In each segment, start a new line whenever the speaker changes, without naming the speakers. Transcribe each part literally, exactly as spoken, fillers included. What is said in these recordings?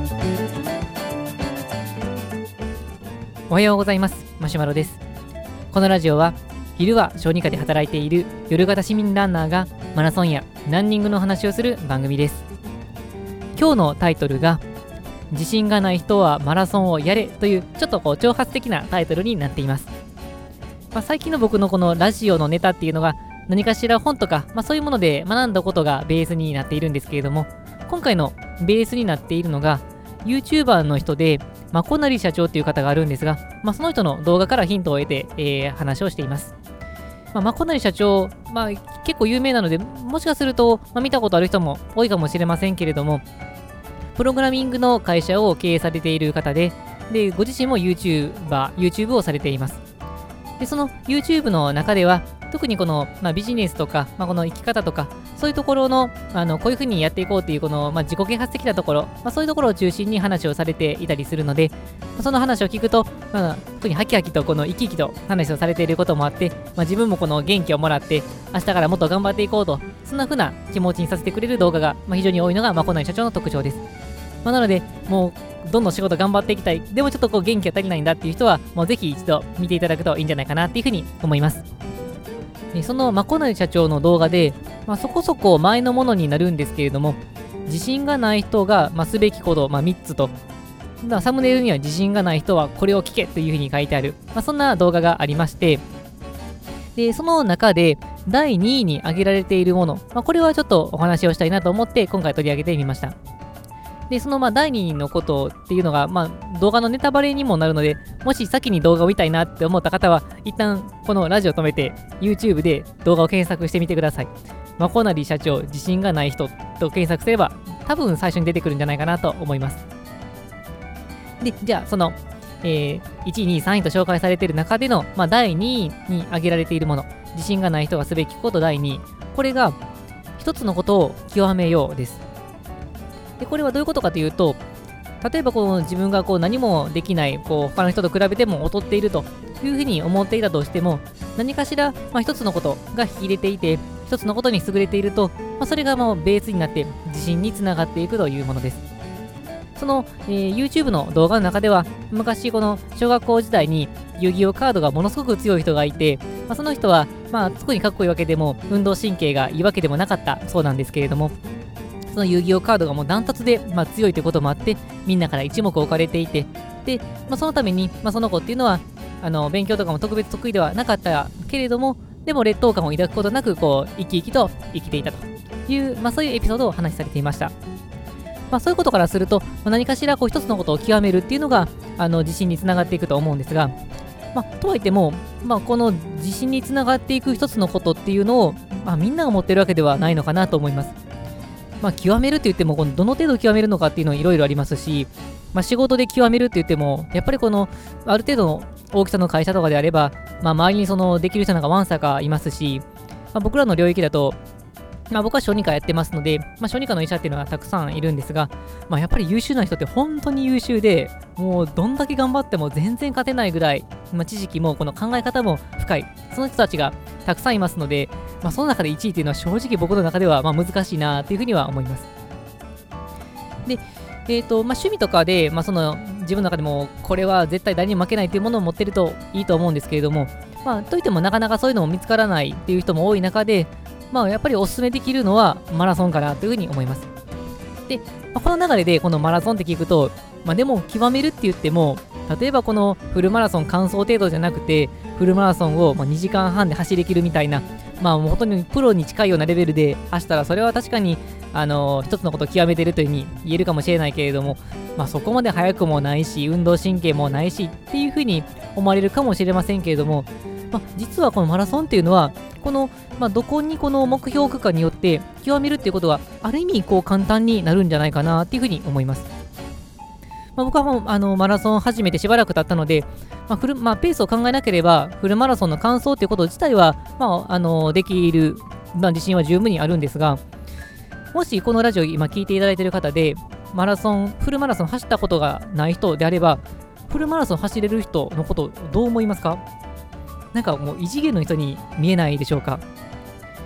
おはようございます。マシュマロです。このラジオは昼は小児科で働いている夜型市民ランナーがマラソンやランニングの話をする番組です。今日のタイトルが自信がない人はマラソンをやれというちょっとこう挑発的なタイトルになっています。まあ、最近の僕のこのラジオのネタっていうのが何かしら本とか、まあ、そういうもので学んだことがベースになっているんですけれども、今回のベースになっているのが YouTuber の人でまこなり社長っていう方があるんですが、まあ、その人の動画からヒントを得て、えー話をしています。まあ、まこなり社長、まあ、結構有名なので、もしかすると、まあ、見たことある人も多いかもしれませんけれども、プログラミングの会社を経営されている方で、でご自身も YouTuber、YouTube をされています。でその YouTube の中では、特にこの、まあ、ビジネスとか、まあ、この生き方とか、そういうところの、あのこういうふうにやっていこうっていう、この、まあ、自己啓発的なところ、まあ、そういうところを中心に話をされていたりするので、まあ、その話を聞くと、まあ、特にハキハキとこの生き生きと話をされていることもあって、まあ、自分もこの元気をもらって、明日からもっと頑張っていこうと、そんなふうな気持ちにさせてくれる動画が、まあ、非常に多いのが、まこなり社長の特徴です。まあ、なので、もう、どんどん仕事頑張っていきたい。でもちょっとこう元気が足りないんだっていう人は、もうぜひ一度見ていただくといいんじゃないかなっていうふうに思います。そのまこなり社長の動画で、まあ、そこそこ前のものになるんですけれども、自信がない人が、まあ、すべきこと、まあ、みっつと、まあ、サムネイルには自信がない人はこれを聞けというふうに書いてある、まあ、そんな動画がありまして、でその中でだいにいに挙げられているもの、まあ、これはちょっとお話をしたいなと思って今回取り上げてみました。で、そのまあだいにいのことっていうのが、まあ、動画のネタバレにもなるので、もし先に動画を見たいなって思った方は、一旦このラジオ止めて、YouTube で動画を検索してみてください。まこなり社長、自信がない人と検索すれば、多分最初に出てくるんじゃないかなと思います。で、じゃあ、その、えー、いちい、にい、さんいと紹介されている中での、まあ、だいにいに挙げられているもの、自信がない人がすべきことだいにい、これが、一つのことを極めようです。でこれはどういうことかというと、例えばこの自分がこう何もできない、こう他の人と比べても劣っているというふうに思っていたとしても、何かしら、まあ、一つのことが引き入れていて、一つのことに優れていると、まあ、それがもうベースになって自信につながっていくというものです。その、えー YouTube の動画の中では、昔この小学校時代に遊戯王カードがものすごく強い人がいて、まあ、その人は、まあ、特にかっこいいわけでも、運動神経がいいわけでもなかったそうなんですけれども、その遊戯王カードがもうダントツで、まあ、強いということもあって、みんなから一目置かれていて、で、まあ、そのために、まあ、その子っていうのは、あの勉強とかも特別得意ではなかったけれども、でも劣等感を抱くことなく、こう、生き生きと生きていたという、まあ、そういうエピソードを話されていました。まあ、そういうことからすると、まあ、何かしらこう一つのことを極めるっていうのが、あの自信につながっていくと思うんですが、まあ、とはいっても、まあ、この自信につながっていく一つのことっていうのを、まあ、みんなが持ってるわけではないのかなと思います。まあ、極めるって言っても、このどの程度極めるのかっていうのはいろいろありますし、まあ、仕事で極めるって言っても、やっぱりこの、ある程度の大きさの会社とかであれば、まあ、周りにそのできる人なんかわんさかいますし、まあ、僕らの領域だと、まあ、僕は小児科やってますので、まあ、小児科の医者っていうのはたくさんいるんですが、まあ、やっぱり優秀な人って本当に優秀で、もうどんだけ頑張っても全然勝てないぐらい、まあ、知識もこの考え方も深い、その人たちがたくさんいますので、まあ、その中でいちいっていうのは正直僕の中ではまあ難しいなというふうには思います。で、えーとまあ、趣味とかで、まあ、その自分の中でもこれは絶対誰にも負けないというものを持ってるといいと思うんですけれども、まあ、といってもなかなかそういうのも見つからないっていう人も多い中で、まあ、やっぱりお勧めできるのはマラソンかなというふうに思います。で、まあ、この流れでこのマラソンって聞くと、まあ、でも極めるって言っても、例えばこのフルマラソン完走程度じゃなくて、フルマラソンをまあにじかんはんで走りきるみたいな、まあ、もう本当にプロに近いようなレベルで走ったら、それは確かに、あのー一つのことを極めてるというふうに言えるかもしれないけれども、まあ、そこまで速くもないし、運動神経もないしっていうふうに思われるかもしれませんけれども、まあ、実はこのマラソンっていうのは、この、まあ、どこにこの目標を置くかによって極めるっていうことがある意味こう簡単になるんじゃないかなっていうふうに思います。まあ、僕はもうあのマラソン始めてしばらく経ったので、まあフルまあ、ペースを考えなければフルマラソンの完走ということ自体は、まあ、あのできる、まあ、自信は十分にあるんですが、もしこのラジオ今聞いていただいている方でマラソンフルマラソン走ったことがない人であれば、フルマラソン走れる人のことどう思いますか？なんかもう異次元の人に見えないでしょうか？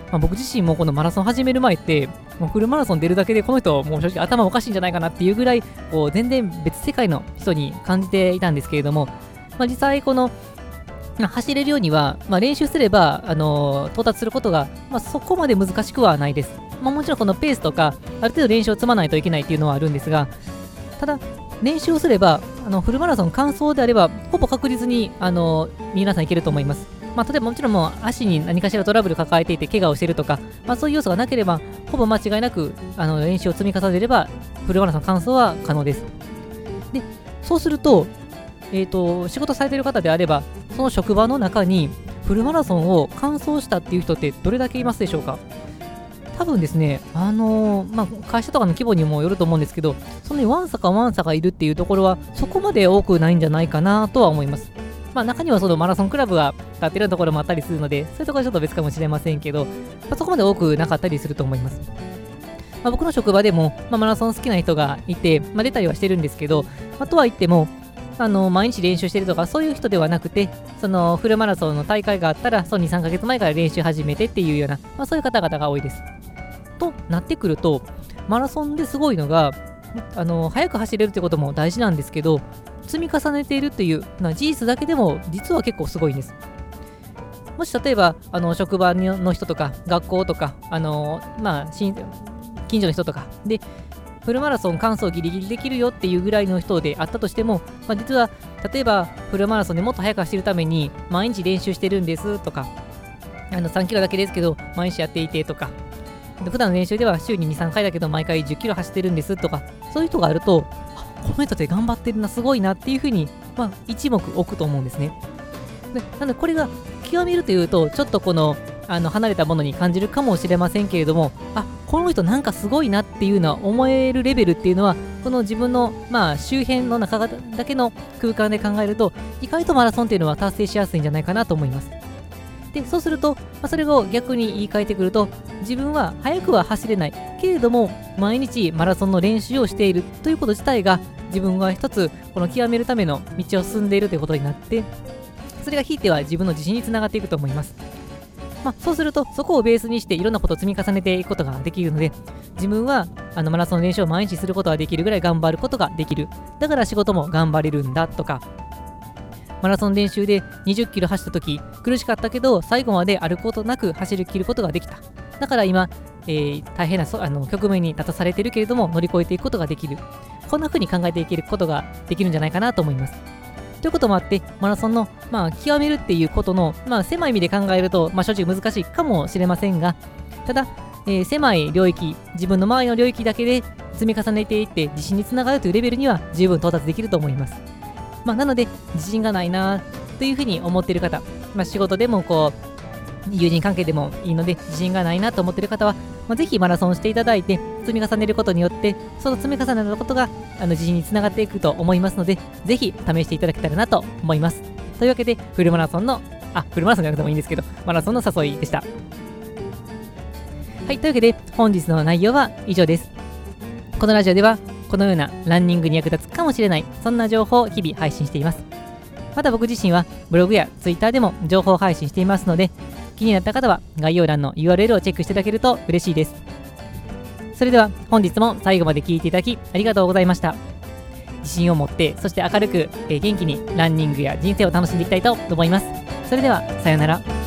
まあ、僕自身もこのマラソン始める前って、もうフルマラソン出るだけでこの人もう正直頭おかしいんじゃないかなっていうぐらい、こう全然別世界の人に感じていたんですけれども、まあ、実際このまあ走れるようには、まあ、練習すれば、あのー到達することが、まあ、そこまで難しくはないです。まあ、もちろんこのペースとか、ある程度練習を積まないといけないっていうのはあるんですが、ただ、練習をすれば、あのフルマラソン完走であれば、ほぼ確実に、あのー皆さんいけると思います。まあ、例えばもちろんもう足に何かしらトラブル抱えていて怪我をしているとか、まあ、そういう要素がなければ、ほぼ間違いなくあの練習を積み重ねれば、フルマラソン完走は可能です。で、そうすると、えーと、仕事されている方であれば、その職場の中にフルマラソンを完走したっていう人ってどれだけいますでしょうか？多分ですね、あのーまあ、会社とかの規模にもよると思うんですけど、そんなにワンサかワンサがいるっていうところは、そこまで多くないんじゃないかなとは思います。まあ、中にはそのマラソンクラブが立ってるところもあったりするので、そういうところはちょっと別かもしれませんけど、まあ、そこまで多くなかったりすると思います。まあ、僕の職場でも、まあ、マラソン好きな人がいて、まあ、出たりはしてるんですけど、まあ、とは言っても、あの毎日練習してるとかそういう人ではなくて、そのフルマラソンの大会があったら、そのに、さんかげつまえから練習始めてっていうような、まあ、そういう方々が多いです。となってくると、マラソンですごいのが、あの速く走れるってことも大事なんですけど、積み重ねているっていうな事実だけでも実は結構すごいんです。もし例えばあの職場の人とか学校とか、あのまあ、近所の人とかでフルマラソン完走ギリギリできるよっていうぐらいの人であったとしても、まあ、実は例えばフルマラソンでもっと速く走るために毎日練習してるんですとか、あのさんキロだけですけど毎日やっていてとか、普段の練習では週にに、さんかいだけど毎回じゅっキロ走ってるんですとか、そういう人があると、この人って頑張ってるな、すごいなっていうふうに、まあ、一目置くと思うんですね。でなのでこれが極めるというと、ちょっとこのあの離れたものに感じるかもしれませんけれども、あ、この人なんかすごいなっていうのは思えるレベルっていうのは、この自分の、まあ、周辺の中だけの空間で考えると、意外とマラソンっていうのは達成しやすいんじゃないかなと思います。で、そうすると、まあ、それを逆に言い換えてくると、自分は速くは走れないけれども、毎日マラソンの練習をしているということ自体が、自分は一つ、この極めるための道を進んでいるということになって、それがひいては自分の自信につながっていくと思います。まあ、そうすると、そこをベースにしていろんなことを積み重ねていくことができるので、自分はあのマラソンの練習を毎日することができるぐらい頑張ることができる。だから仕事も頑張れるんだとか、マラソン練習でにじゅっキロ走った時苦しかったけど最後まで歩くことなく走り切ることができた。だから今、えー、大変なそあの局面に立たされているけれども乗り越えていくことができる。こんな風に考えていけることができるんじゃないかなと思います。ということもあってマラソンの、まあ、極めるっていうことの、まあ、狭い意味で考えると、まあ、正直難しいかもしれませんが、ただ、えー、狭い領域、自分の周りの領域だけで積み重ねていって自信につながるというレベルには十分到達できると思います。まあ、なので、自信がないなというふうに思っている方、まあ、仕事でもこう、友人関係でもいいので、自信がないなと思っている方は、まあ、ぜひマラソンしていただいて、積み重ねることによって、その積み重ねたことがあの自信につながっていくと思いますので、ぜひ試していただけたらなと思います。というわけで、フルマラソンの、あ、フルマラソンじゃなくてもいいんですけど、マラソンの誘いでした。はい、というわけで、本日の内容は以上です。このラジオでは、このようなランニングに役立つかもしれない、そんな情報を日々配信しています。また僕自身はブログやツイッターでも情報配信していますので、気になった方は概要欄の ユーアールエル をチェックしていただけると嬉しいです。それでは本日も最後まで聞いていただきありがとうございました。自信を持って、そして明るく、えー、元気にランニングや人生を楽しんでいきたいと思います。それでは、さようなら。